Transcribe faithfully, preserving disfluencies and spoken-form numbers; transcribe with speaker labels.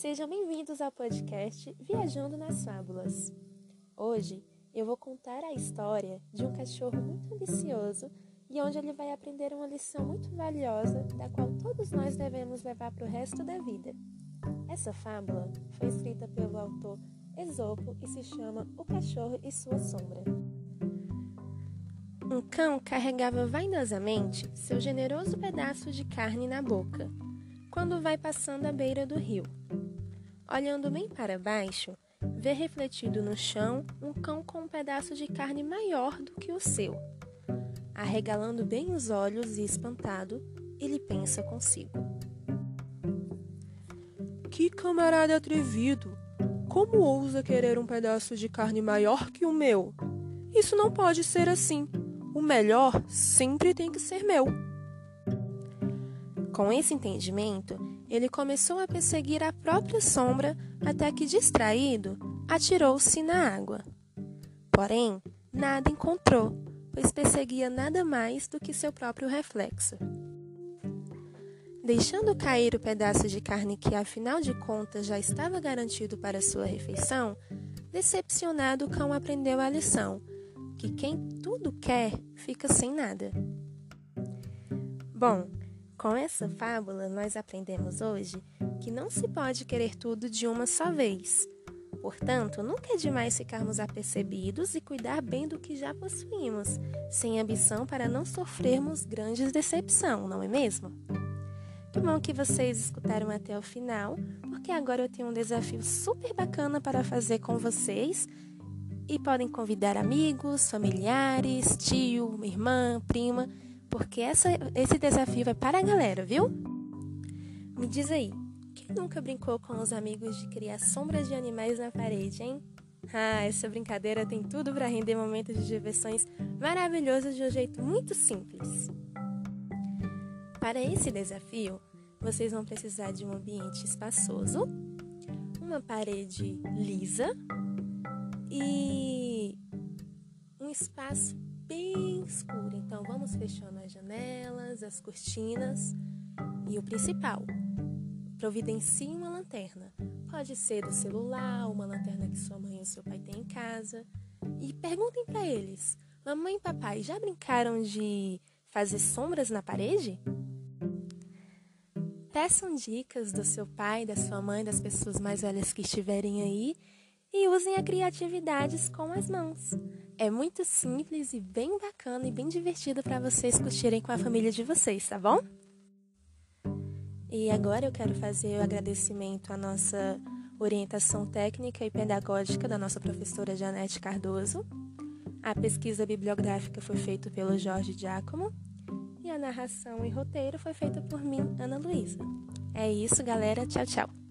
Speaker 1: Sejam bem-vindos ao podcast Viajando nas Fábulas. Hoje eu vou contar a história de um cachorro muito ambicioso e onde ele vai aprender uma lição muito valiosa, da qual todos nós devemos levar para o resto da vida. Essa fábula foi escrita pelo autor Esopo e se chama O Cachorro e Sua Sombra. Um cão carregava vaidosamente seu generoso pedaço de carne na boca, quando vai passando à beira do rio. Olhando bem para baixo, vê refletido no chão um cão com um pedaço de carne maior do que o seu. Arregalando bem os olhos e espantado, ele pensa consigo:
Speaker 2: Que camarada atrevido! Como ousa querer um pedaço de carne maior que o meu? Isso não pode ser assim. O melhor sempre tem que ser meu.
Speaker 1: Com esse entendimento, ele começou a perseguir a própria sombra até que, distraído, atirou-se na água. Porém, nada encontrou, pois perseguia nada mais do que seu próprio reflexo. Deixando cair o pedaço de carne que, afinal de contas, já estava garantido para sua refeição, decepcionado, o cão aprendeu a lição, que quem tudo quer fica sem nada. Bom, com essa fábula, nós aprendemos hoje que não se pode querer tudo de uma só vez. Portanto, nunca é demais ficarmos apercebidos e cuidar bem do que já possuímos, sem ambição para não sofrermos grandes decepções, não é mesmo? Que bom que vocês escutaram até o final, porque agora eu tenho um desafio super bacana para fazer com vocês. E podem convidar amigos, familiares, tio, irmã, prima, porque essa, esse desafio é para a galera, viu? Me diz aí, quem nunca brincou com os amigos de criar sombras de animais na parede, hein? Ah, essa brincadeira tem tudo para render momentos de diversões maravilhosos de um jeito muito simples. Para esse desafio, vocês vão precisar de um ambiente espaçoso, uma parede lisa e um espaço bem escuro. Então vamos fechando as janelas, as cortinas e o principal, providencie uma lanterna. Pode ser do celular, uma lanterna que sua mãe ou seu pai têm em casa. E perguntem para eles: mamãe e papai já brincaram de fazer sombras na parede? Peçam dicas do seu pai, da sua mãe, das pessoas mais velhas que estiverem aí e usem a criatividade com as mãos. É muito simples e bem bacana e bem divertido para vocês curtirem com a família de vocês, tá bom? E agora eu quero fazer o agradecimento à nossa orientação técnica e pedagógica da nossa professora Janete Cardoso. A pesquisa bibliográfica foi feita pelo Jorge Giacomo e a narração e roteiro foi feita por mim, Ana Luísa. É isso, galera. Tchau, tchau.